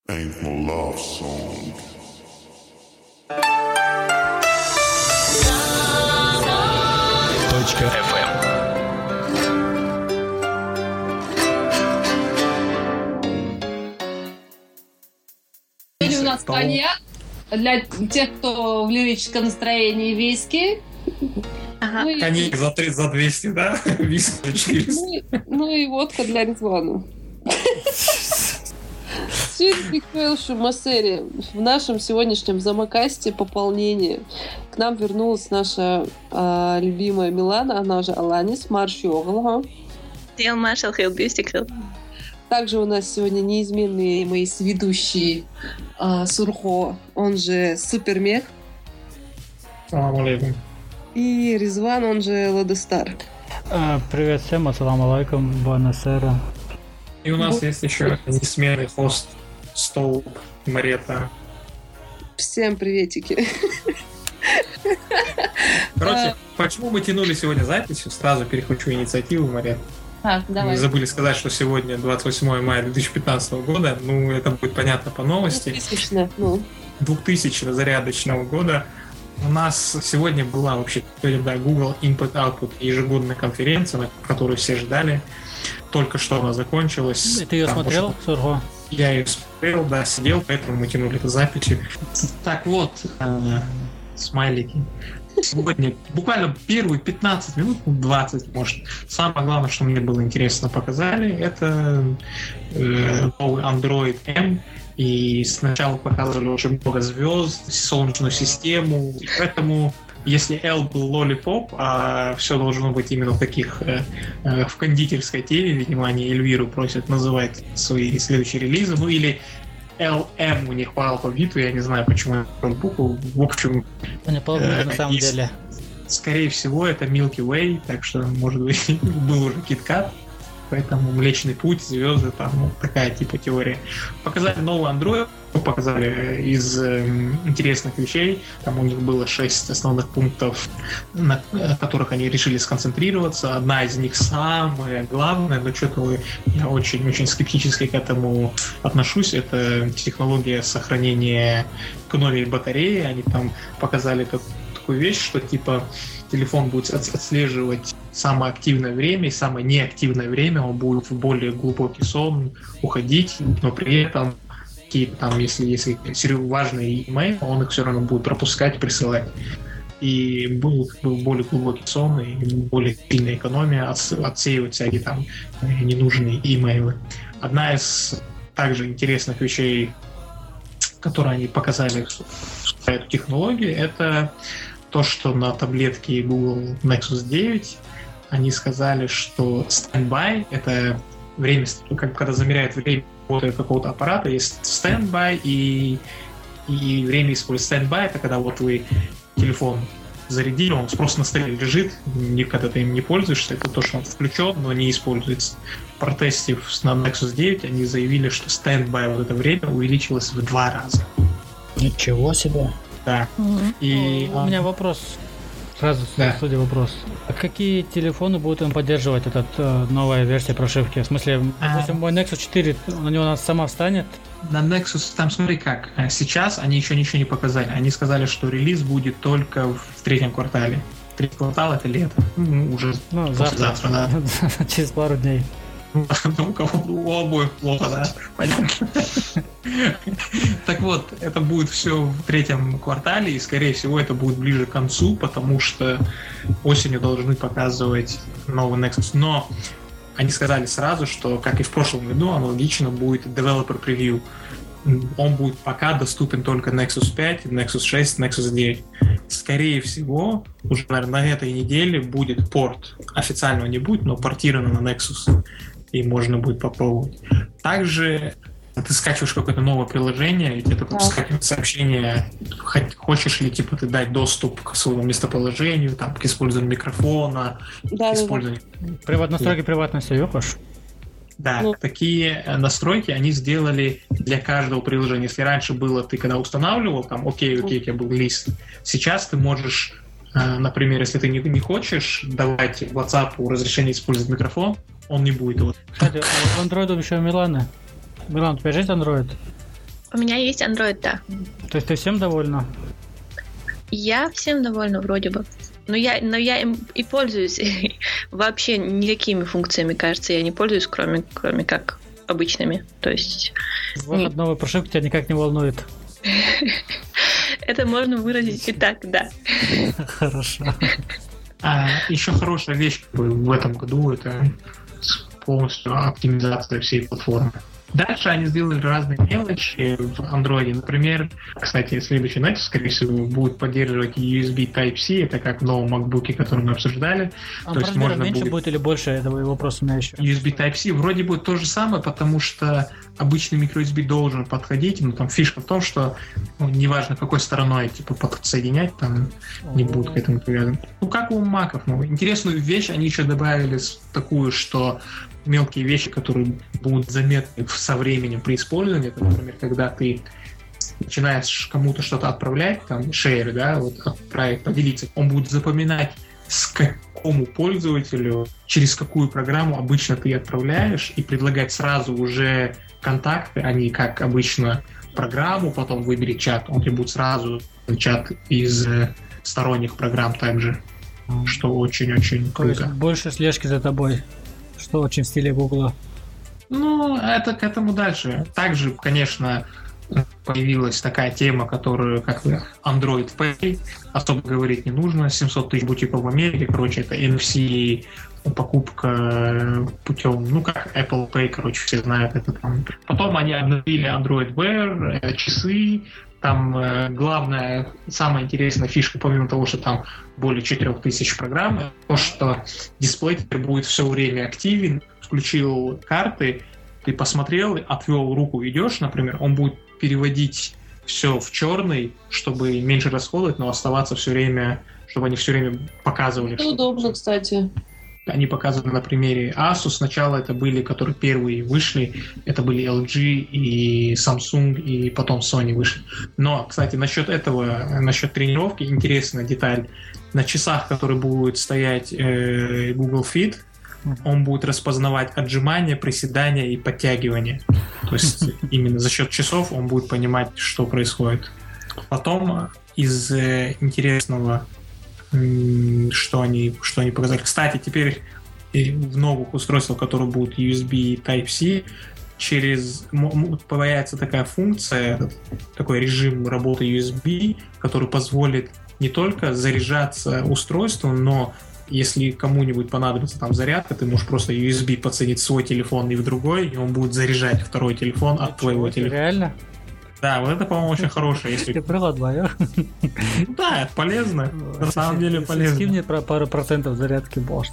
Ain't no love song. .fm. Сегодня у нас коньяк для тех, кто в лирическом настроении, виски. Ага. Ну, Коньяк за 200, да? Виски за 400. ну и водка для Резвана. Sweet Big Welsh Массери. В нашем сегодняшнем замокасте пополнение. К нам вернулась наша любимая Милана, она же Аланис, Марш Йоглага. Также у нас сегодня неизменные мои сведущие Сурхо, он же Супермех. Салам алейкум. И Резван, он же Ладостар. Привет всем, ассаламу алейкум, буэнасера. И у нас есть еще несменный хост Столб Марета. Всем приветики. Короче, почему мы тянули сегодня запись? Сразу перехвачу инициативу, Марет. Давай. Мы забыли сказать, что сегодня 28 мая 2015 года. Ну, это будет понятно по новости. 2000 зарядочного года. У нас сегодня была вообще Google Input-Output ежегодная конференция, на которую все ждали. Только что она закончилась. Ты ее смотрел, Сурго? Я ее смотрел, да, сидел, поэтому мы тянули эту запись. Так вот, смайлики. Сегодня буквально первые 15 минут, 20, может. Самое главное, что мне было интересно показали, это новый Android M. И сначала показывали очень много звезд, солнечную систему. Поэтому, если L был Lollipop, а все должно быть именно в таких в кондитерской теме, видимо, они Эльвиру просят называть свои следующие релизы, ну или LM у них по алфавиту, я не знаю, почему я букву. В общем, на самом деле. Скорее всего, это Milky Way, так что, может быть, был уже KitKat. Поэтому Млечный Путь, звезды, там, ну, такая типа теория. Показали новый Android, показали из интересных вещей. Там у них было 6 основных пунктов, на которых они решили сконцентрироваться. Одна из них самая главная, но что-то я очень скептически к этому отношусь. Это технология сохранения экономии батареи. Они там показали такую вещь, что типа телефон будет отслеживать самое активное время и самое неактивное время, он будет в более глубокий сон уходить, но при этом какие-то там, если важные имейлы, он их все равно будет пропускать, присылать. И был более глубокий сон и более сильная экономия, отсеивать всякие там ненужные имейлы. Одна из также интересных вещей, которые они показали в эту технологию, это то, что на таблетке Google Nexus 9 они сказали, что standby — это время, когда замеряет время работы какого-то аппарата, есть standby и время использования. Standby — это когда вот вы телефон зарядили, он просто на столе лежит, никогда ты им не пользуешься, это то, что он включен, но не используется. Протестив на Nexus 9, они заявили, что standby вот это время увеличилось в 2 раза. Ничего себе. Да. И у меня вопрос. Сразу судя вопрос. А какие телефоны будут им поддерживать новая версия прошивки? В смысле, допустим, мой Nexus 4, на него она сама встанет? На Nexus, там смотри как. Сейчас они еще ничего не показали. Они сказали, что релиз будет только в 3-м квартале. 3-й квартал — это лето. Уже завтра, да. Через пару дней. У обоих плохо, да? Понятно. Так вот, это будет все в 3-м квартале, и, скорее всего, это будет ближе к концу, потому что осенью должны показывать новый Nexus. Но они сказали сразу, что, как и в прошлом году, аналогично будет Developer Preview. Он будет пока доступен только Nexus 5, Nexus 6, Nexus 9. Скорее всего, уже, наверное, на этой неделе будет порт. Официального не будет, но портировано на Nexus. И можно будет попробовать. Также ты скачиваешь какое-то новое приложение, и тебе только скачивает сообщение, хочешь ли типа ты дать доступ к своему местоположению, там, к использованию микрофона, к использованию... Настройки приватности, ёпаш? Да, такие настройки они сделали для каждого приложения. Если раньше было, ты когда устанавливал, там, окей, у тебя был лист, сейчас ты можешь, например, если ты не хочешь давать WhatsApp разрешение использовать микрофон, он не будет его. Кстати, у Android еще Милана. Милан, у тебя есть Android? У меня есть Android, да. То есть ты всем довольна? Я всем довольна вроде бы. Но я им и пользуюсь. Вообще никакими функциями, кажется, я не пользуюсь, кроме как обычными. То есть... Выход новой прошивки тебя никак не волнует. Это можно выразить и так, да. Хорошо. Еще хорошая вещь в этом году — это полностью оптимизация всей платформы. Дальше они сделали разные мелочи в Android. Например, кстати, следующий Nexus, скорее всего, будет поддерживать USB Type-C. Это как в новом MacBook, который мы обсуждали. А то есть можно меньше будет или больше? Это вопрос у меня еще. USB Type-C вроде будет то же самое, потому что обычный microUSB должен подходить. Но там фишка в том, что неважно, какой стороной типа подсоединять, там не будут к этому привязаны. Как у Mac'ов. Интересную вещь они еще добавили такую, что мелкие вещи, которые будут заметны со временем при использовании. Это, например, когда ты начинаешь кому-то что-то отправлять, там, шейр, да, вот отправить, поделиться, он будет запоминать, с какому пользователю, через какую программу обычно ты отправляешь, и предлагать сразу уже контакты, а не как обычно программу, потом выбери чат. Он тебе будет сразу чат из сторонних программ также, что очень-очень круто. То есть больше слежки за тобой. Что очень в стиле Гугла. Это к этому дальше. Также, конечно, появилась такая тема, которую, как Android Pay, особо говорить не нужно. 700 тысяч бутиков в Америке, короче, это NFC покупка путем, как Apple Pay, короче, все знают это там. Потом они обновили Android Wear, часы. Там главная, самая интересная фишка, помимо того, что там более 4000 программ, то, что дисплей теперь будет все время активен. Включил карты, ты посмотрел, отвел руку, идешь, например, он будет переводить все в черный, чтобы меньше расходовать, но оставаться все время, чтобы они все время показывали. Это удобно, кстати. Они показывали на примере Asus. Сначала это были, которые первые вышли, это были LG и Samsung, и потом Sony вышли. Но, кстати, насчет тренировки, интересная деталь. На часах, которые будут стоять Google Fit, он будет распознавать отжимания, приседания и подтягивания. То есть именно за счет часов он будет понимать, что происходит. Потом из интересного, что они показали. Кстати, теперь в новых устройствах, которые будут USB Type-C, появляется такая функция, такой режим работы USB, который позволит не только заряжаться устройством, но если кому-нибудь понадобится там зарядка, ты можешь просто USB подсоединить в свой телефон и в другой, и он будет заряжать второй телефон от твоего телефона. Реально? Да, вот это, по-моему, очень хорошее. Ты провод двоё. Да, это полезно. На самом деле полезно. Скинь мне пару процентов зарядки, боже.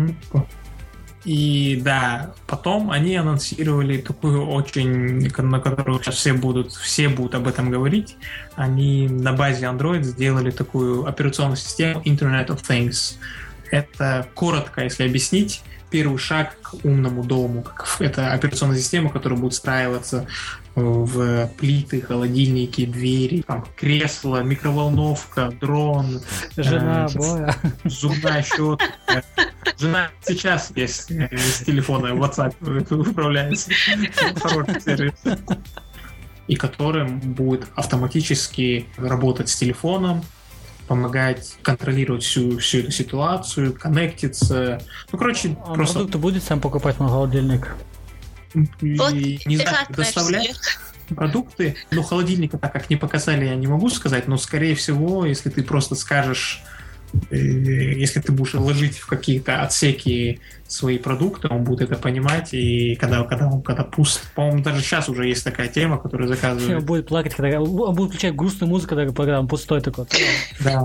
И да, потом они анонсировали такую очень, на которую сейчас все будут об этом говорить. Они на базе Android сделали такую операционную систему Internet of Things. Это коротко, если объяснить, первый шаг к умному дому. Это операционная система, которая будет встраиваться в плиты, холодильники, двери, там, кресло, микроволновка, дрон, жена, боя, зубная щетка. Жена сейчас есть с телефона в WhatsApp управляется. Хороший сервис. И которым будет автоматически работать с телефоном, помогать контролировать всю эту ситуацию, коннектиться. Короче, просто... Продукты будет сам покупать на холодильник? Не знаю, доставлять продукты. Холодильника, так как не показали, я не могу сказать, но, скорее всего, если ты просто скажешь, если ты будешь ложить в какие-то отсеки свои продукты, он будет это понимать, и когда пуст, по-моему, даже сейчас уже есть такая тема, которую заказывают. Он будет плакать, когда он будет включать грустную музыку, когда он пустой такой. Да.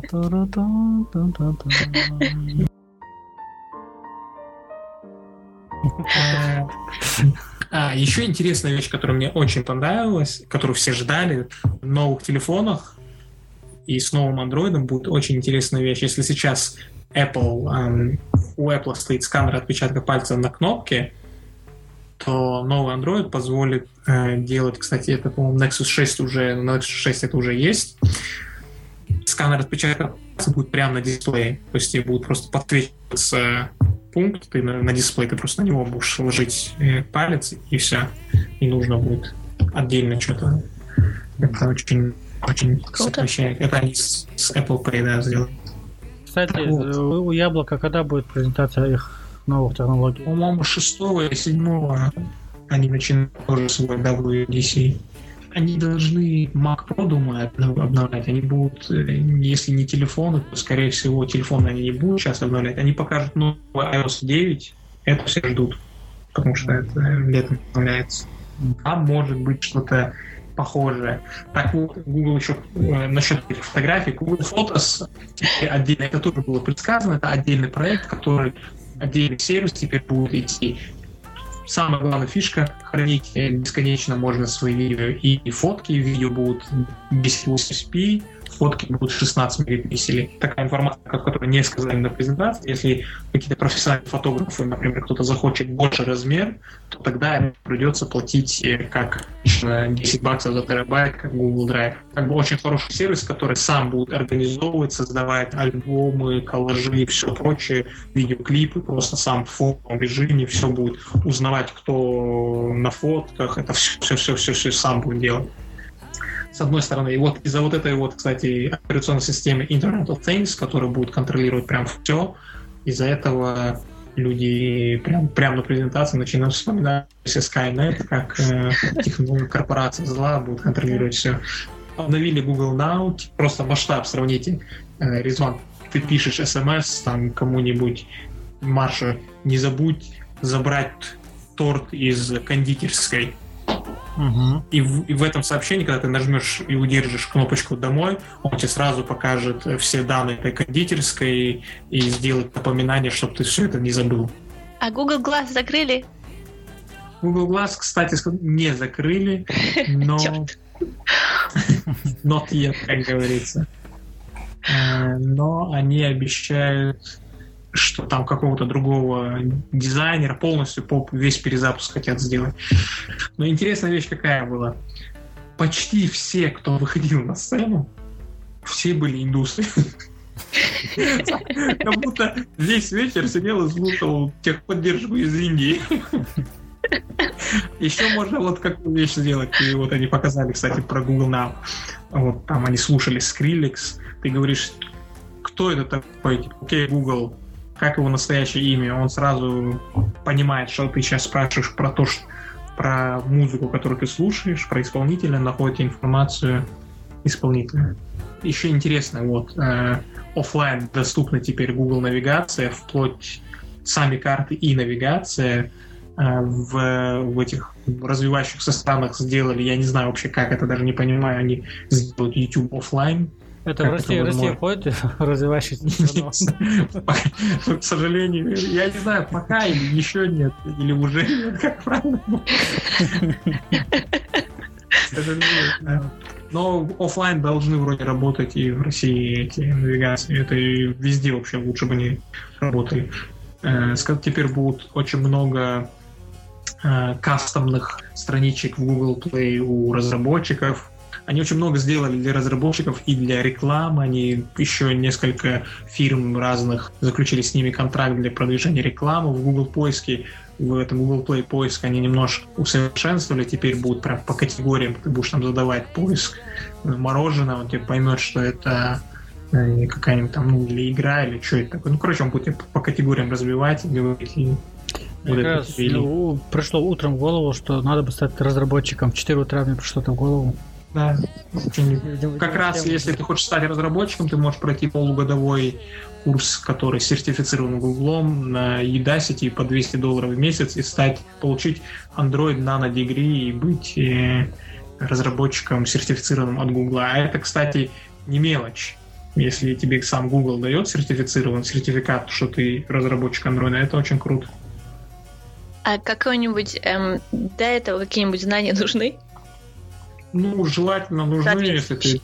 Еще интересная вещь, которая мне очень понравилась, которую все ждали в новых телефонах и с новым андроидом, будет очень интересная вещь. Если сейчас у Apple стоит сканер отпечатка пальца на кнопке, то новый Android позволит делать, кстати, это, по-моему, на Nexus 6 это уже есть. Сканер отпечатка пальца будет прямо на дисплее, то есть тебе будет просто подсвечиваться пункт, ты на дисплей, ты просто на него будешь ложить палец, и все. Не нужно будет отдельно что-то Это очень Круто. сокращает. Это они с Apple Pay, да, сделали. Кстати, Вот. у Яблока когда будет презентация их новых технологий? По-моему, 6 или 7 они начинают тоже свой WDC. Они должны Mac Pro, думаю, обновлять. Они будут, если не телефоны, то, скорее всего, телефоны они не будут сейчас обновлять. Они покажут новый iOS 9. Это все ждут, потому что это летом обновляется. Там может быть что-то похожее. Так вот, Google еще насчет этих фотографий. Google Photos отдельно, это тоже было предсказано, это отдельный проект, который отдельный сервис теперь будет идти. Самая главная фишка — хранить бесконечно можно свои видео и фотки. Видео будут 1080p, фотки будут 16 мегапикселей. Такая информация, которую не сказали на презентации. Если какие-то профессиональные фотографы, например, кто-то захочет больше размер, то тогда им придется платить как $10 за терабайт, как Google Drive. Как бы очень хороший сервис, который сам будет организовывать, создавать альбомы, коллажи и все прочее, видеоклипы, просто сам в фоновом режиме, все будет узнавать, кто на фотках, это все сам будет делать. С одной стороны, и вот из-за вот этой вот, кстати, операционной системы Internet of Things, которая будет контролировать прям все, из-за этого люди прям на презентации начинают вспоминать Skynet, как корпорация зла будет контролировать все. Обновили Google Now, просто масштаб сравните. Резван, ты пишешь смс там кому-нибудь: Маша, не забудь забрать торт из кондитерской. Угу. И в этом сообщении, когда ты нажмешь и удержишь кнопочку «Домой», он тебе сразу покажет все данные этой кондитерской и сделает напоминание, чтобы ты все это не забыл. А Google Glass закрыли? Google Glass, кстати, не закрыли, но... Чёрт. Not yet, как говорится. Но они обещают, что там какого-то другого дизайнера полностью весь перезапуск хотят сделать. Но интересная вещь какая была. Почти все, кто выходил на сцену, все были индусы. Как будто весь вечер сидел и слушал техподдержку из Индии. Еще можно вот какую вещь сделать. И вот они показали, кстати, про Google Now. Вот там они слушали Skrillex. Ты говоришь, кто это такой? Окей, Google, как его настоящее имя? Он сразу понимает, что ты сейчас спрашиваешь про то, что про музыку, которую ты слушаешь, про исполнителя, находит информацию исполнителя. Еще интересно, вот офлайн доступна теперь Google навигация, вплоть сами карты и навигация. В этих развивающихся странах сделали, я не знаю вообще как, это даже не понимаю, они сделают YouTube офлайн. Это в России входит развивающийся страну? К сожалению, я не знаю, пока или еще нет, или уже нет, как правильно. К сожалению, да. Но офлайн должны вроде работать и в России эти навигации. Это и везде вообще лучше бы они работали. Теперь будет очень много кастомных страничек в Google Play у разработчиков. Они очень много сделали для разработчиков и для рекламы. Они еще несколько фирм разных заключили с ними контракт для продвижения рекламы. В Google поиске, в этом Google Play поиск они немножко усовершенствовали. Теперь будут прям по категориям, ты будешь там задавать поиск мороженого, он тебе поймет, что это какая-нибудь там, или игра, или что это такое. Короче, он будет по категориям развивать и говорить. Мне как раз пришло утром в голову, что надо бы стать разработчиком. В 4 утра мне пришло это в голову. Да. Как раз, если ты хочешь стать разработчиком, ты можешь пройти полугодовой курс, который сертифицирован Гуглом на Udacity по $200 в месяц и получить Android Nano Degree и быть разработчиком, сертифицированным от Гугла. А это, кстати, не мелочь. Если тебе сам Google дает сертифицированный сертификат, что ты разработчик Android, это очень круто. А какой-нибудь до этого какие-нибудь знания нужны? Ну, желательно нужны, если ты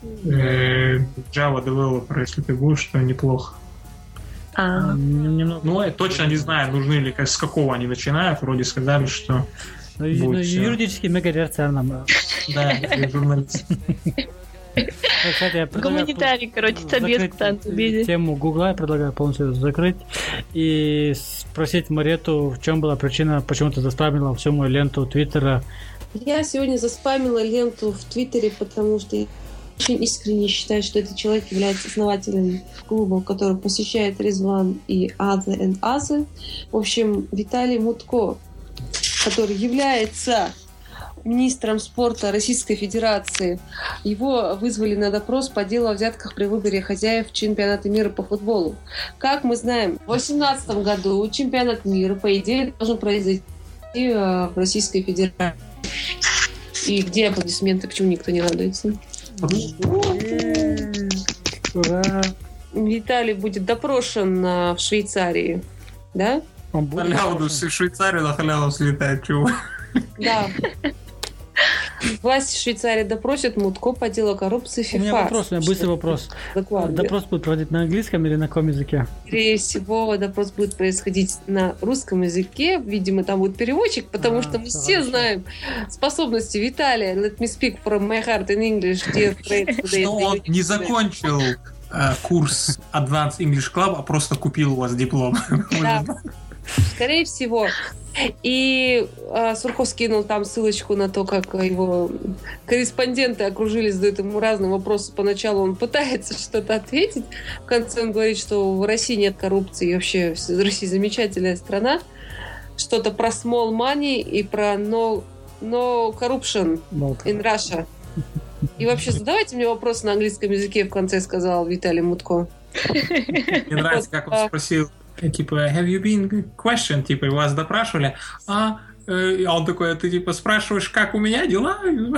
Java developer, если ты будешь, то неплохо. Немного. Ну, я точно не знаю, нужны ли, с какого они начинают. Вроде сказали, что юридически мега-рерцерно. Да, журналист. Кстати, Гуманитарий, короче, собес танцы. Тему Гугла я предлагаю полностью закрыть и спросить Марету, в чем была причина, почему ты заспамила всю мою ленту Твиттера Я сегодня заспамила ленту в Твиттере, потому что я очень искренне считаю, что этот человек является основателем клуба, который посещает Резван и Other and Other. В общем, Виталий Мутко, который является министром спорта Российской Федерации. Его вызвали на допрос по делу о взятках при выборе хозяев чемпионата мира по футболу. Как мы знаем, в 2018 году чемпионат мира, по идее, должен произойти в Российской Федерации. И где аплодисменты? Почему никто не радуется? Ура! Виталий будет допрошен в Швейцарии. Да? Он будет Халяву в Швейцарию на халяву слетает, чего? Да. Власти Швейцарии допросят Мутко по делу коррупции ФИФА. У меня вопрос, у меня быстрый вопрос. Доклад. Допрос будет проводить на английском или на каком языке? Скорее всего, допрос будет происходить на русском языке. Видимо, там будет переводчик, потому что мы все знаем способности Виталия. Let me speak from my heart in English. Что он не закончил курс Advanced English Club, а просто купил у вас диплом. Да. Скорее всего. И Сурков скинул там ссылочку на то, как его корреспонденты окружили, задают ему разные вопросы. Поначалу он пытается что-то ответить. В конце он говорит, что в России нет коррупции. И вообще Россия замечательная страна. Что-то про small money и про no corruption in Russia. И вообще задавайте мне вопрос на английском языке, в конце сказал Виталий Мутко. Мне нравится, как он спросил, типа, have you been questioned? Типа, вас допрашивали. А он такой, ты типа спрашиваешь, как у меня дела?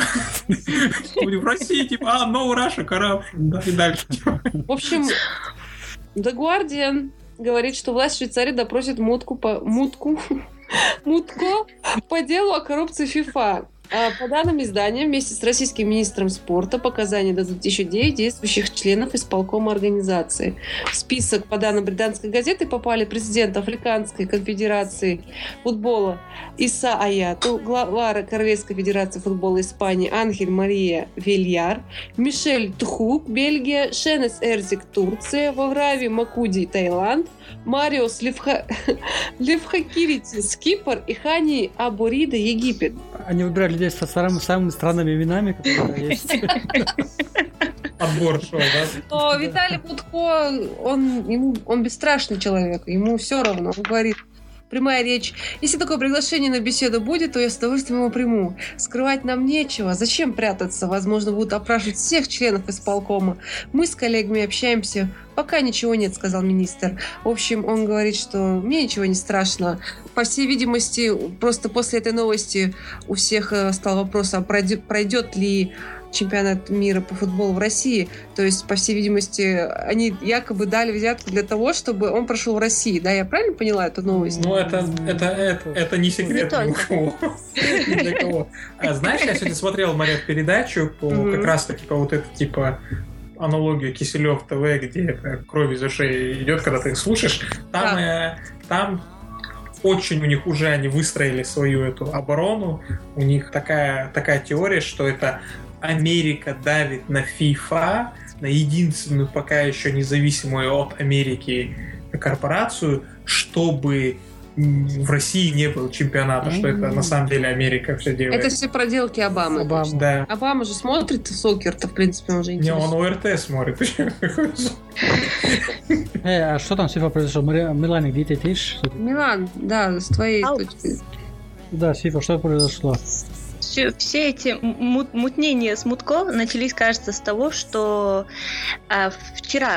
В России, типа, no Russia, corruption. И дальше. В общем, The Guardian говорит, что власть Швейцарии допросит Мутко по делу о коррупции ФИФА. По данным издания, вместе с российским министром спорта показания дадут еще 9 действующих членов исполкома организации. В список, по данным британской газеты, попали президент Африканской конфедерации футбола Иса Аяту, глава Королевской федерации футбола Испании Анхель Мария Вильяр, Мишель Тухук, Бельгия, Шенес Эрзик, Турция, Ваврави Макуди, Таиланд, Мариус Левхакиритис, Кипр и Хани Абурида, Египет. Они выбирали людей со самыми странными именами, которые есть. Отбор шоу, да? Но Виталий Мутко, он бесстрашный человек, ему все равно. Он говорит, прямая речь. Если такое приглашение на беседу будет, то я с удовольствием его приму. Скрывать нам нечего. Зачем прятаться? Возможно, будут опрашивать всех членов исполкома. Мы с коллегами общаемся. Пока ничего нет, сказал министр. В общем, он говорит, что мне ничего не страшно. По всей видимости, просто после этой новости у всех стал вопрос, а пройдет ли чемпионат мира по футболу в России. То есть, по всей видимости, они якобы дали взятку для того, чтобы он прошел в России. Да, я правильно поняла эту новость? Ну, это не секрет для кого. Знаешь, я сегодня смотрел, Мария, передачу как раз-таки по вот этой, типа, аналогию Киселев ТВ, где кровь из ушей идет, когда ты их слушаешь. Там очень у них уже они выстроили свою эту оборону. У них такая теория, что это Америка давит на FIFA, на единственную пока еще независимую от Америки корпорацию, чтобы в России не было чемпионата, что это на самом деле Америка все делает. Это все проделки Обамы. Да. Обама же смотрит сокер-то, в принципе, он же интересен. Не, он ОРТ смотрит. А что там с FIFA произошло? Милане, где ты летишь? Милан, да, с твоей точки. Да, с FIFA, что произошло? Все эти мутнения с Мутко начались, кажется, с того, что вчера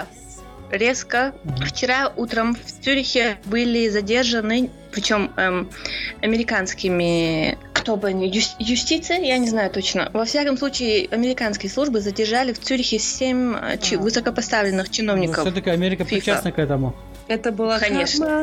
утром в Цюрихе были задержаны, причем американскими, кто бы они, юстиция, я не знаю точно. Во всяком случае, американские службы задержали в Цюрихе 7 высокопоставленных чиновников. Но все-таки Америка причастна к этому. Это была, конечно.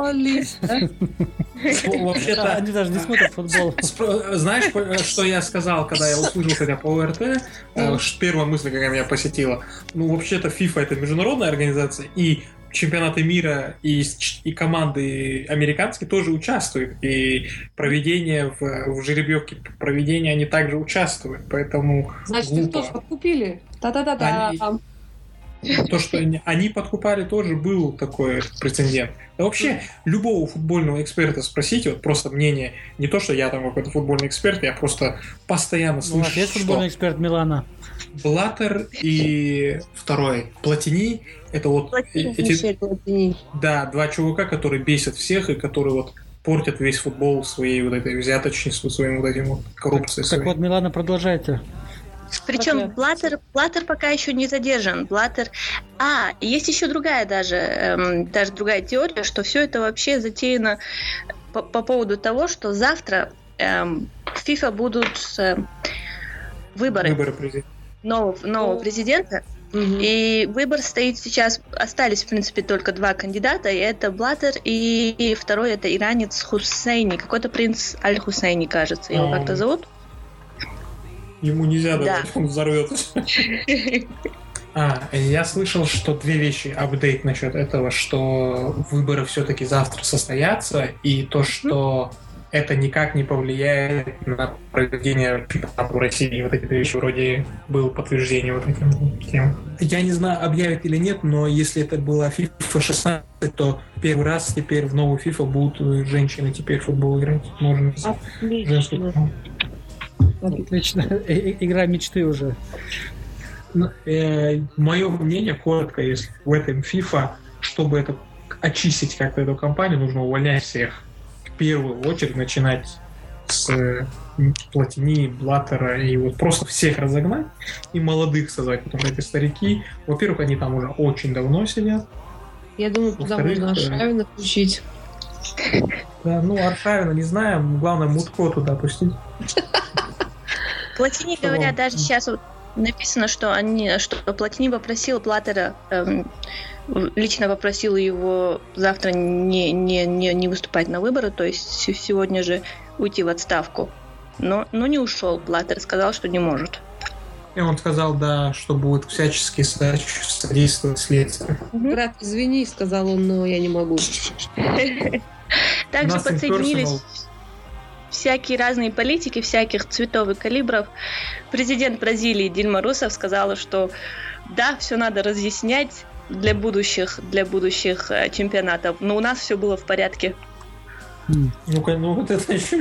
Вообще-то они даже не смотрят футбол. Знаешь, что я сказал, когда я услышал хотя по ОРТ? Первая мысль, какая меня посетила. Ну, вообще-то FIFA — это международная организация, и чемпионаты мира и команды американские тоже участвуют. И проведение в жеребьевке проведения они также участвуют. Поэтому значит, их тоже подкупили. Та-та-та-та. то, что они подкупали, тоже был такой прецедент. Да вообще, любого футбольного эксперта спросите, вот просто мнение, не то, что я там какой-то футбольный эксперт, я просто постоянно Ну, у вас слышу, есть футбольный эксперт Милана? Блаттер и второй Платини, это вот Мишель Платини. да, два чувака, которые бесят всех и которые вот портят весь футбол своей вот этой взяточностью, своим вот этим вот коррупцией. Так вот, Милана, продолжайте. Причем Блаттер пока еще не задержан. Блаттер. Есть еще другая даже другая теория, что все это вообще затеяно по поводу того, что завтра в FIFA будут выборы президента. нового президента. И выбор стоит сейчас. Остались, в принципе, только два кандидата. И это Блаттер, и второй это иранец Хусейни. Какой-то принц Аль-Хусейни, кажется. Его как-то зовут. Ему нельзя давать, он взорвется. Я слышал, что две вещи, апдейт насчет этого, что выборы все-таки завтра состоятся, и то, что это никак не повлияет на проведение чемпионата в России. Вот эти вещи вроде было подтверждение вот этим тем. Я не знаю, объявят или нет, но если это была FIFA 16, то первый раз теперь в новую FIFA будут женщины теперь в футбол играть. Можно женский футбол. Отлично. Игра мечты уже. Мое мнение, коротко, если в этом FIFA, чтобы это очистить как-то эту компанию, нужно увольнять всех. В первую очередь начинать с Платини, Блаттера и вот просто всех разогнать и молодых создать, потому что эти старики, во-первых, они там уже очень давно сидят. Я думаю, туда можно Аршавина включить. Да, Аршавина, не знаю, главное Мутко туда пустить. Платини, говорят, даже сейчас вот написано, что Платини попросил Блаттера, лично попросил его завтра не выступать на выборы, то есть сегодня же уйти в отставку. Но не ушел. Блаттер сказал, что не может. И он сказал, да, что будет всячески содействовать следствию. Брат, извини, сказал он, но я не могу. Также подсоединились всякие разные политики, всяких цветов и калибров. Президент Бразилии Дильма Русефф сказала, что да, все надо разъяснять для будущих чемпионатов, но у нас все было в порядке. Вот это еще...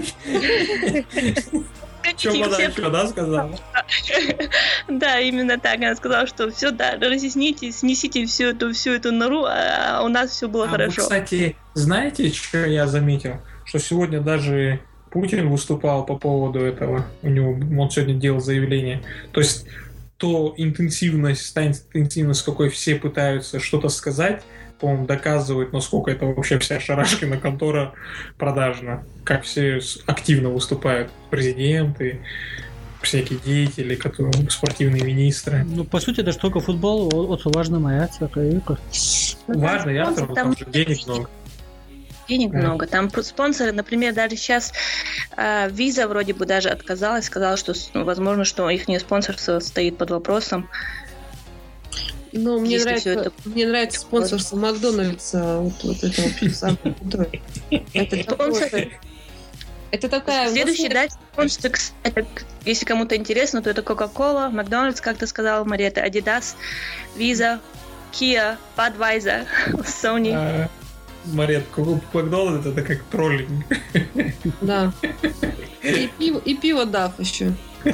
Что да, сказала? Да, именно так. Она сказала, что все, да, разъясните, снесите всю эту нору, а у нас все было хорошо. Вы, кстати, знаете, что я заметил? Что сегодня даже Путин выступал по поводу этого. Он сегодня делал заявление. То есть та интенсивность, с какой все пытаются что-то сказать, по-моему, доказывает, насколько это вообще вся шарашкина контора продажна. Как все активно выступают президенты, всякие деятели, спортивные министры. По сути, это же только футбол, очень важна моя всякая. Важно, ясно, там же денег много. Денег много. Там спонсоры, например, даже сейчас Visa вроде бы даже отказалась, сказала, что возможно, что их спонсорство стоит под вопросом. Но мне нравится спонсорство Макдональдса. Вот это вообще самое крутое. Это такая... Следующий, спонсор, если кому-то интересно, то это Coca-Cola, Макдональдс, как ты сказала, Мария, это Adidas, Visa, Kia, Budweiser, Sony. Мария, Макдональдс это как троллинг. Да. И пиво дав еще.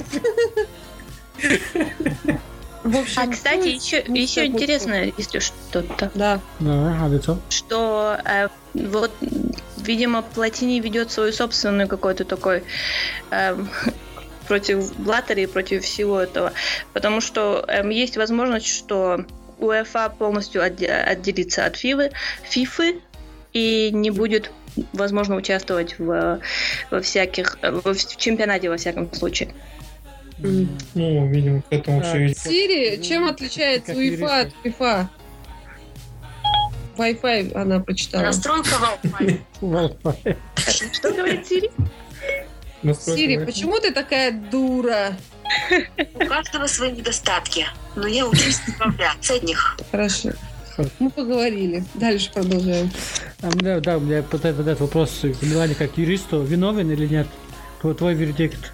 В общем, кстати, еще интересно, если что-то. Да. Что вот, видимо, Платини ведет свою собственную какой-то такой против Блаттера и против всего этого. Потому что есть возможность, что УЕФА полностью отделится от FIFA и не будет, возможно, участвовать в чемпионате, во всяком случае. Видимо, к этому все идет. Сири, чем отличается УЕФА от FIFA? Wi-Fi она прочитала. Настройка Wi-Fi. Что говорит Сири? Сири, почему ты такая дура? У каждого свои недостатки, но я учусь справляться от них. Хорошо. Мы поговорили. Дальше продолжаем. Да, у меня пытаюсь задать вопрос к Милане как юристу. Виновен или нет? Твой вердикт.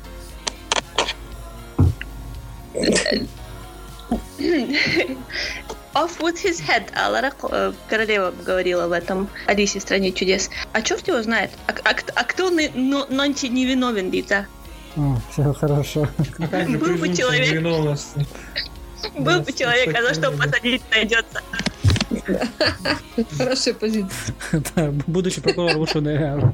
off with his head. А Лара Королева говорила в этом «Алисе в стране чудес». А черт его знает? А кто нонче невиновен, Дита? Все хорошо. А как же Был бы презумпция человек. невиновности? Был бы человек, а за что посадить найдется. Хорошая позиция. Да, будущий прокурор вышел на...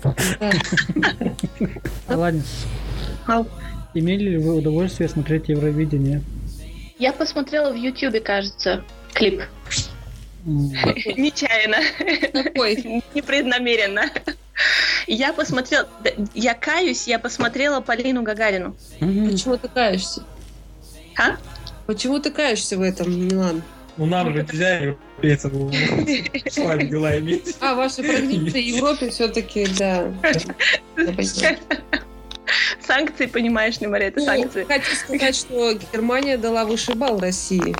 Ладно. Имели ли вы удовольствие смотреть Евровидение? Я посмотрела в Ютубе, кажется, клип. Нечаянно. Какой? Непреднамеренно. Я посмотрела, я каюсь, я посмотрела Полину Гагарину. Почему ты каешься? А? Почему ты каешься в этом, Милан? Ну нам же нельзя европейцам с вами дела иметь. А, ваши прогнившие в Европе все-таки, да. Я понимаю. Санкции, понимаешь ли, Мария, это санкции. Хочу сказать, что Германия дала высший балл России.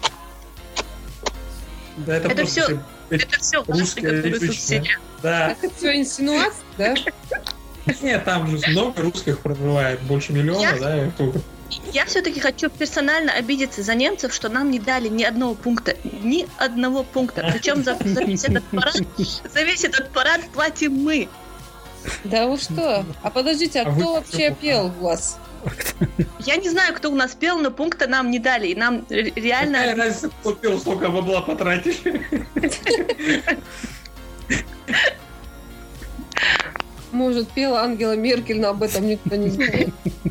Да, это Это просто всё- Это все русская которые тут электричество. сидят. Да. Это все инсинуация, да? Нет, там же много русских проживает, больше миллиона, да? и тут. Я все-таки хочу персонально обидеться за немцев, что нам не дали ни одного пункта. Ни одного пункта. Причем за весь этот парад платим мы. Да вы что? А подождите, а А вы кто вообще кто? пел у вас? Я не знаю, кто у нас пел, но пункта нам не дали. И нам Какая реально... разница, кто пел, столько бабла потратили? Может, пела Ангела Меркель, но об этом никто не знает.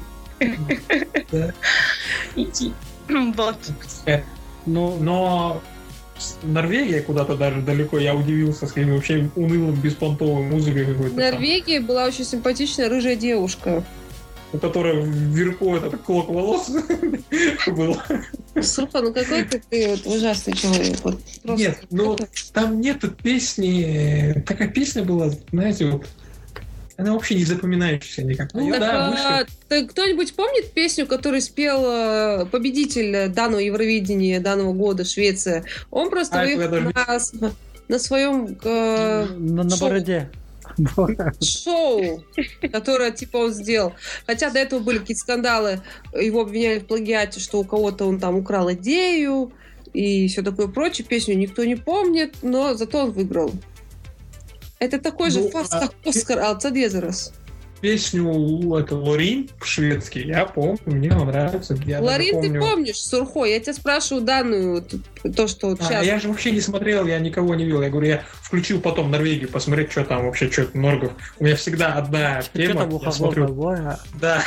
Вот. Ну, Но Норвегия куда-то даже далеко, я удивился, с каким вообще унылым, беспонтовой музыкой В какой-то. Норвегии была очень симпатичная рыжая девушка. У которой вверху этот клок волос был. Сурфа, ну какой ты вот ужасный человек. Вот просто. Нет, ну там нету песни. Такая песня была, знаете, вот. Она вообще не запоминающаяся никак. Ну, Так, да, вышли. так кто-нибудь помнит песню, которую спел победитель данного Евровидения, данного года, Швеция? Он просто А, выехал на своем на шоу. бороде. Шоу, которое типа он сделал. Хотя до этого были какие-то скандалы, его обвиняли в плагиате, что у кого-то он там украл идею и все такое прочее. Песню никто не помнит, но зато он выиграл. Это такой же Ну, фарс, как Оскар Алцадезерас. Песню это Лорин шведский, я помню, мне он нравится. Я даже Ларин, ты помню. помнишь, Сурхо? Я тебя спрашиваю данную, то, что вот сейчас. Я же вообще не смотрел, я никого не видел. Я говорю, я включил потом Норвегию, посмотреть, что там вообще, что это Норгов. У меня всегда одна тема, я смотрю. Да.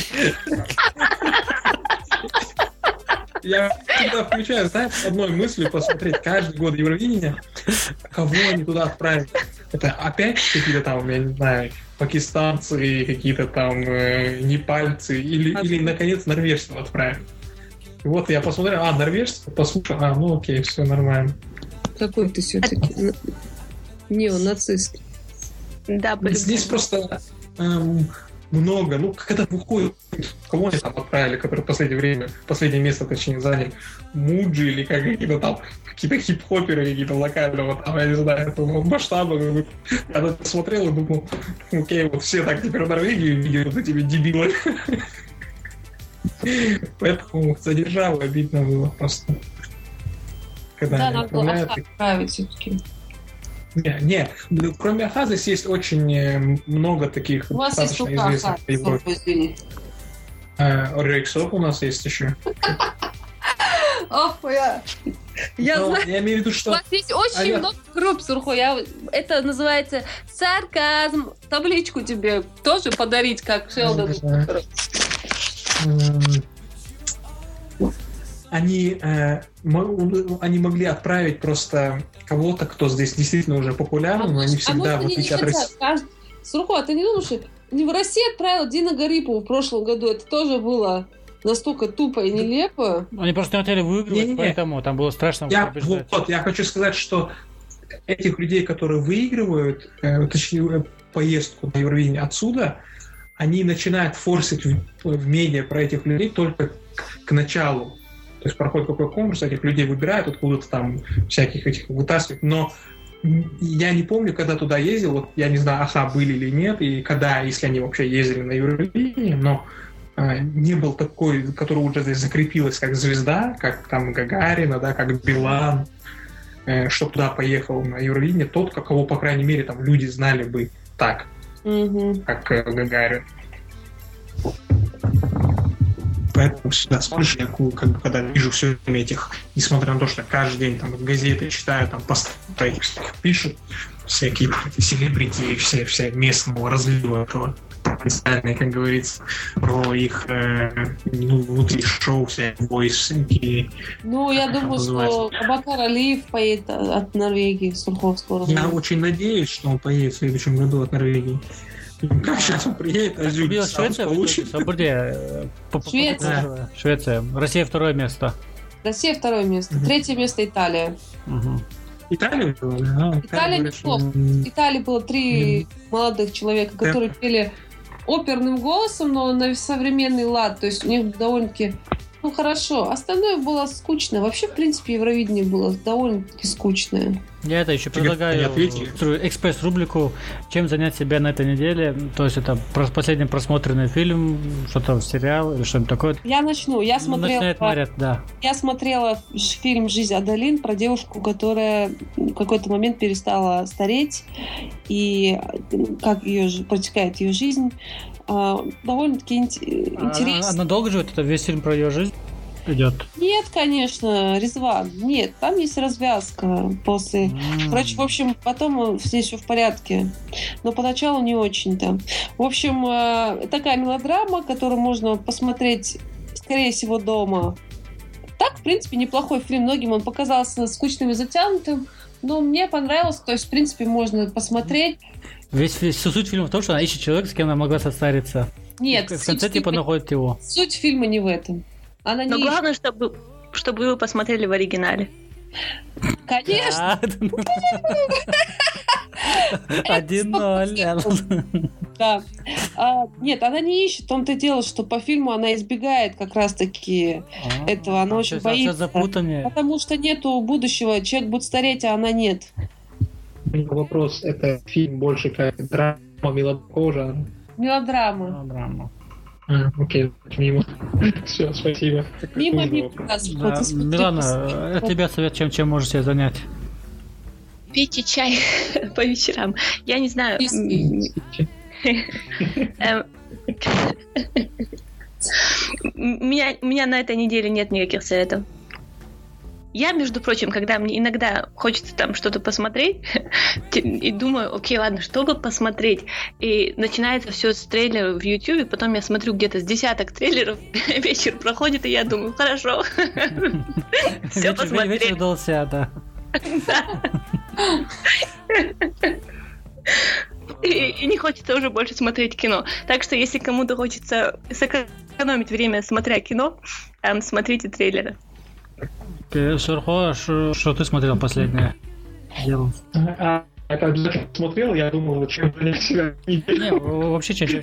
Я всегда включаю, знаешь, с одной мыслью посмотреть каждый год Евровидения, кого они туда отправят. Это опять какие-то там, я не знаю, пакистанцы, какие-то там непальцы, или наконец, норвежцев отправят. И вот я посмотрел, норвежцев, послушал, ну окей, все нормально. Какой ты все-таки неонацист. Да, Здесь просто много, ну, когда выходит, кого они там отправили, которые в последнее место, точнее, заняли, Муджи или какие-то там, какие-то хип-хоперы, какие-то локального, там, я не знаю, этого масштаба. Я смотрел и думал, окей, вот все так теперь в Норвегию видят вот этими дебилами. Поэтому задержал, обидно было просто. Когда Да, они надо было отправляют. отправить все-таки. Не, кроме Аха здесь есть очень много таких У вас есть достаточно только известных Аха, пейбой. извини. Рейксоп у нас есть еще. Ох, я Но знаю. я имею в виду, У что вас есть очень много групп, Сурхо. Это называется сарказм. Табличку тебе тоже подарить, как Шелдон. они могли отправить просто кого-то, кто здесь действительно уже популярный, но они всегда, в отличие от России... Сурхо, а ты не думаешь, что в России отправила Дина Гарипову в прошлом году? Это тоже было настолько тупо и нелепо. Они просто не хотели выигрывать, Не-не-не. поэтому там было страшно побеждать. Я хочу сказать, что этих людей, которые выигрывают, точнее, поездку на Евровидение отсюда, они начинают форсить в медиа про этих людей только к началу. То есть проходит какой конкурс, этих людей выбирают, откуда-то там всяких этих вытаскивают. Но я не помню, когда туда ездил, вот я не знаю, Аха были или нет, и когда, если они вообще ездили на Евровидение, но не был такой, который уже здесь закрепилась как звезда, как там Гагарина, да, как Билан. что туда поехал на Евровидение, тот, кого, по крайней мере, там люди знали бы так, как Гагарин. Поэтому всегда смотришь, я когда вижу все время этих, несмотря на то, что каждый день там газеты читаю, там постоянно их пишут, всякие селебрити, вся местного разлива этого провинциальные, как говорится, про их внутри шоу, вся войс. Ну, я думаю, что Абакар Алиев поедет от Норвегии, Сурховского. Я очень надеюсь, что он поедет в следующем году от Норвегии. Как сейчас он приедет, а Зюль Швеция получит? Швеция. Швеция. Россия 2 место. Россия 2 место. 3 место Италия. Италия была, да? Италия неплохо. В Италии было 3 молодых человека, которые пели оперным голосом, но на современный лад. То есть у них довольно-таки хорошо. Остальное было скучно. Вообще, в принципе, Евровидение было довольно-таки скучное. Я это еще предлагаю экспресс-рубрику «Чем занять себя на этой неделе». То есть это последний просмотренный фильм, что-то сериал или что-нибудь такое. Я начну. Я смотрела фильм «Жизнь Адалин» про девушку, которая в какой-то момент перестала стареть, и как протекает ее жизнь. Довольно-таки интересно. Она долго живет? Это весь фильм про ее жизнь идет? Нет, конечно, Резван. Нет, там есть развязка после. Короче, в общем, потом здесь все в порядке. Но поначалу не очень-то. В общем, такая мелодрама, которую можно посмотреть, скорее всего, дома. Так, в принципе, неплохой фильм. Многим он показался скучным и затянутым. Но мне понравился. То есть, в принципе, можно посмотреть. Суть фильма в том, что она ищет человека, с кем она могла состариться. Нет. В конце находит его. Суть фильма не в этом. Она но главное, чтобы вы посмотрели в оригинале. Конечно. 1-0. Да. Нет, она не ищет. В том-то и дело, что по фильму она избегает как раз-таки этого. Она очень боится. Потому что нету будущего. Человек будет стареть, а она нет. Вопрос, это фильм больше как драма, мелодрама? Мелодрама. Окей, мимо. Все, спасибо. Мимо. Милана, от тебя совет, чем можешь себя занять? Пейте чай по вечерам. Я не знаю. У меня на этой неделе нет никаких советов. Я, между прочим, когда мне иногда хочется там что-то посмотреть, и думаю, окей, ладно, что бы посмотреть? И начинается все с трейлеров в YouTube, потом я смотрю где-то с десяток трейлеров, вечер проходит, и я думаю, хорошо. Все посмотрели. Вечер удался, да. И не хочется уже больше смотреть кино. Так что, если кому-то хочется сэкономить время, смотря кино, смотрите трейлеры. Сурхо, что ты смотрел последнее? Это обязательно смотрел, я думал, чем занять себя. Не, вообще чем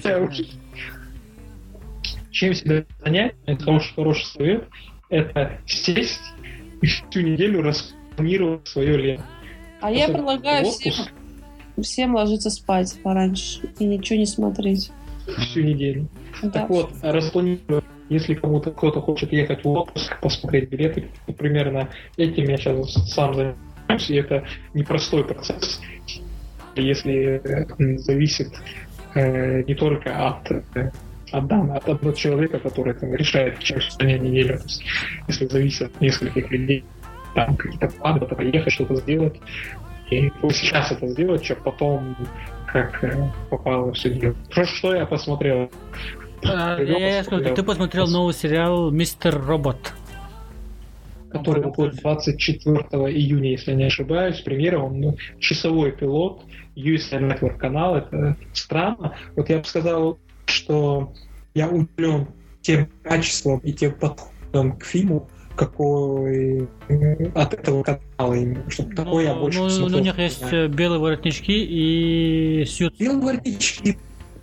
себя занять, это хороший совет, это сесть и всю неделю распланировать свое лето. А я предлагаю всем ложиться спать пораньше и ничего не смотреть. Всю неделю. Да. Так вот, распланировать. Если кто-то хочет ехать в отпуск, посмотреть билеты, примерно этим я сейчас сам занимаюсь, и это непростой процесс, если зависит не только от одного человека, который там решает, чем занять неделю. То есть, если зависит от нескольких людей, там какие-то планы, поехать, что-то сделать, и сейчас это сделать, чем потом как попало все дело. Что я посмотрел? Я скажу, ты посмотрел новый сериал «Мистер Робот», который выходит 24 июня, если я не ошибаюсь. Премьера, он часовой пилот, USA Network канал. Это странно. Вот я бы сказал, что я удивлен тем качеством и тем подходом к фильму, какой от этого канала именно. Чтобы такое я больше посмотрел. У них есть белые воротнички и сьют. Белые воротнички.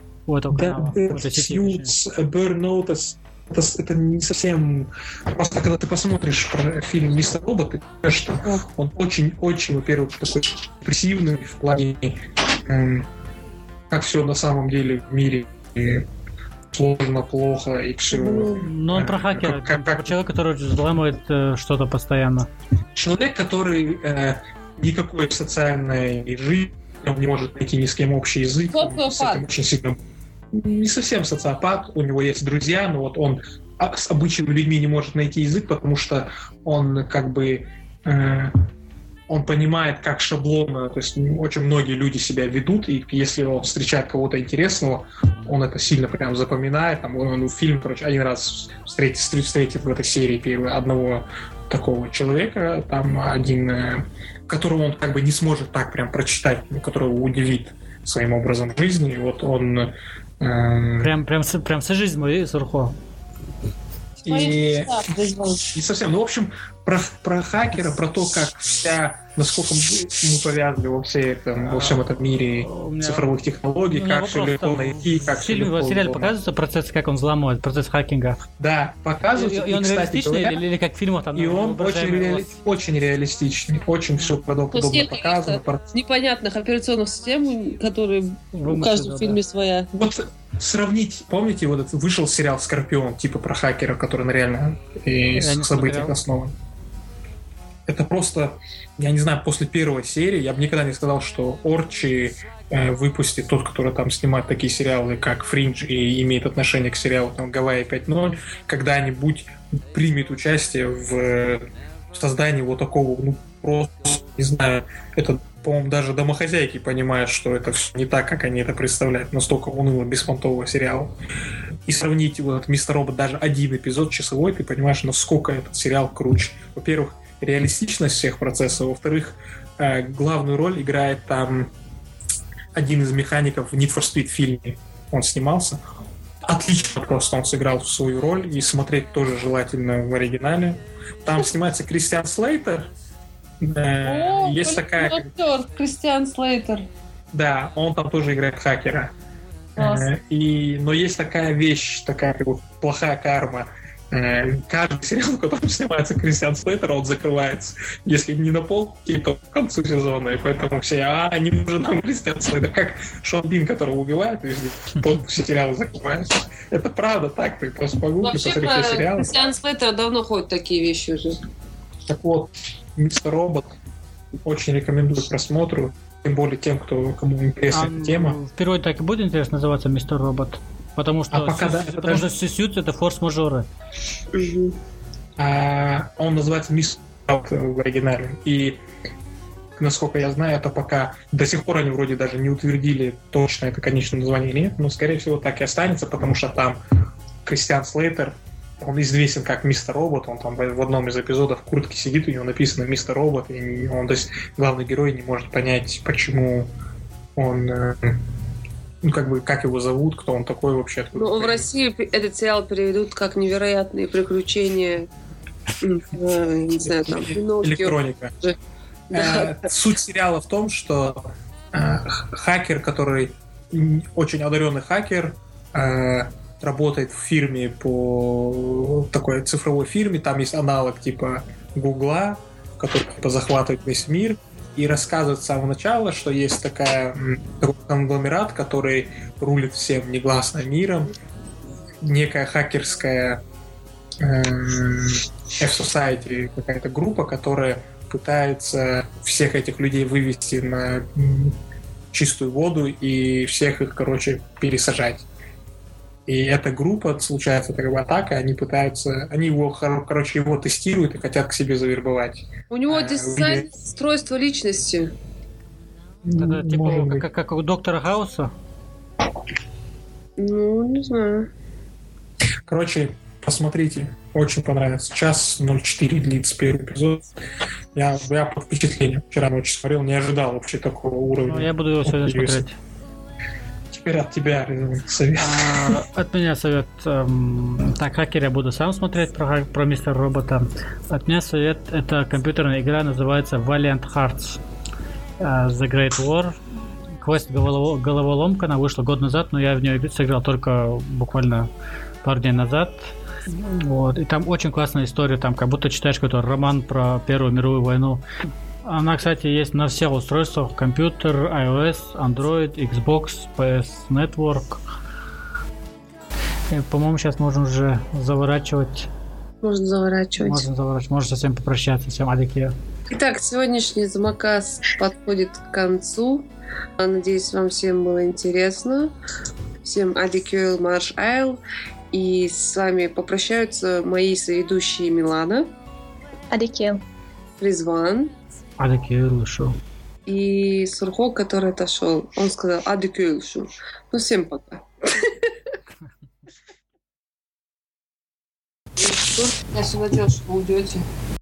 Сьюз, Burnout, это не совсем... Просто когда ты посмотришь фильм «Мистер Робот», ты понимаешь, что он очень-очень, во-первых, такой депрессивный в плане, как все на самом деле в мире сложно, плохо и все. Но он про хакера, про человека, который взламывает что-то постоянно. человек, который никакой социальной жизни не может найти ни с кем общий язык. С этим очень сильно... Не совсем социопат, у него есть друзья, но вот он с обычными людьми не может найти язык, потому что он как бы... он понимает, как шаблонно, то есть очень многие люди себя ведут, и если он встречает кого-то интересного, он это сильно прям запоминает. Там, он фильм, короче, один раз встретит в этой серии одного такого человека, там один, которого он как бы не сможет так прям прочитать, которого удивит своим образом жизни. И вот он... Прям всю жизнь мою Сурхо. И совсем, ну, в общем, про хакера, про то, как насколько мы повязаны во всем этом мире цифровых технологий, как все легко найти, как все легко... В сериале показывается процесс, как он взламывает, процесс хакинга? Да, показывается. И он реалистичный или как в фильмах? Там, и он очень реалистичный, очень все подобно показано. Непонятных операционных систем, которые у каждого фильме своя. Вот сравнить, помните, вот этот вышел сериал «Скорпион», типа про хакера, который на реально событиях основан. Это просто, я не знаю, после первой серии я бы никогда не сказал, что Орчи выпустит, тот, который там снимает такие сериалы, как «Фриндж», и имеет отношение к сериалу там «Гавайи 5.0», когда-нибудь примет участие в создании вот такого, ну, просто, не знаю, это, по-моему, даже домохозяйки понимают, что это все не так, как они это представляют, настолько уныло беспонтового сериала. И сравнить вот «Мистер Робот», даже один эпизод часовой, ты понимаешь, насколько этот сериал круче. Во-первых, реалистичность всех процессов, во-вторых, главную роль играет там один из механиков в Need for Speed фильме. Он снимался. Отлично просто он сыграл свою роль, и смотреть тоже желательно в оригинале. Там снимается Кристиан Слейтер. Есть такая... Кристиан Слейтер. Да, он там тоже играет хакера. Но есть такая вещь, такая как бы плохая карма. Каждый сериал, в котором снимается Кристиан Слейтер, он закрывается. Если не на полке, то к концу сезона. И поэтому все, не нужен нам Кристиан Слейтер. Как Шон Бин, которого убивают везде. Все сериалы закрываются. Это правда так. Ты просто погугли, посмотри все сериалы. Кристиан Слейтер давно ходят такие вещи уже. Так вот, «Мистер Робот» очень рекомендую к просмотру. Тем более тем, кому интересна эта тема. В переводе так и будет интересно называться «Мистер Робот». Потому что Сьют — это форс-мажоры. Он называется «Мистер Робот» в оригинале. И, насколько я знаю, это пока до сих пор они вроде даже не утвердили точно это конечное название или нет, но, скорее всего, так и останется, потому что там Кристиан Слейтер, он известен как Мистер Робот, он там в одном из эпизодов в куртке сидит, у него написано Мистер Робот, и он, то есть главный герой не может понять, почему он, ну, как бы, как его зовут, кто он такой вообще. Ну, в России этот сериал переведут как «Невероятные приключения», не знаю, там, электроника. Да. Суть сериала в том, что хакер, который очень одаренный хакер, работает в фирме по такой цифровой фирме, там есть аналог типа Гугла, который типа захватывает весь мир, и рассказывает с самого начала, что есть такой конгломерат, который рулит всем негласно миром, некая хакерская F-Society, какая-то группа, которая пытается всех этих людей вывести на чистую воду и всех их, короче, пересажать. И эта группа, случается такая атака, они его тестируют и хотят к себе завербовать. У него дизайн устройства личности. Это типа как у доктора Хауса? Ну, не знаю. Короче, посмотрите, очень понравится. 1:04 длится первый эпизод. Я под впечатлением. Вчера ночью смотрел, не ожидал вообще такого уровня. Ну, я буду его сегодня смотреть. Теперь от тебя совет. От меня совет. Так, хакер я буду сам смотреть про Мистера Робота. От меня совет. Это компьютерная игра, называется Valiant Hearts. The Great War. Квест головоломка, она вышла год назад, но я в нее сыграл только буквально пару дней назад. Вот. И там очень классная история, там как будто читаешь какой-то роман про Первую мировую войну. Она, кстати, есть на всех устройствах: компьютер, iOS, Android, Xbox, PS Network. И, по-моему, сейчас можно уже заворачивать. можно заворачивать. Можно заворачивать, можно со всем попрощаться, всем адики. Итак, сегодняшний Замоказ подходит к концу. Надеюсь, вам всем было интересно. Всем адикюэл марш айл. И с вами попрощаются мои соведущие Милана, Адикел. Резван Адики лучше. и Сурхо, который отошел. Он сказал адикюэл шу. Ну, всем пока. Я все надеюсь, что вы уйдете.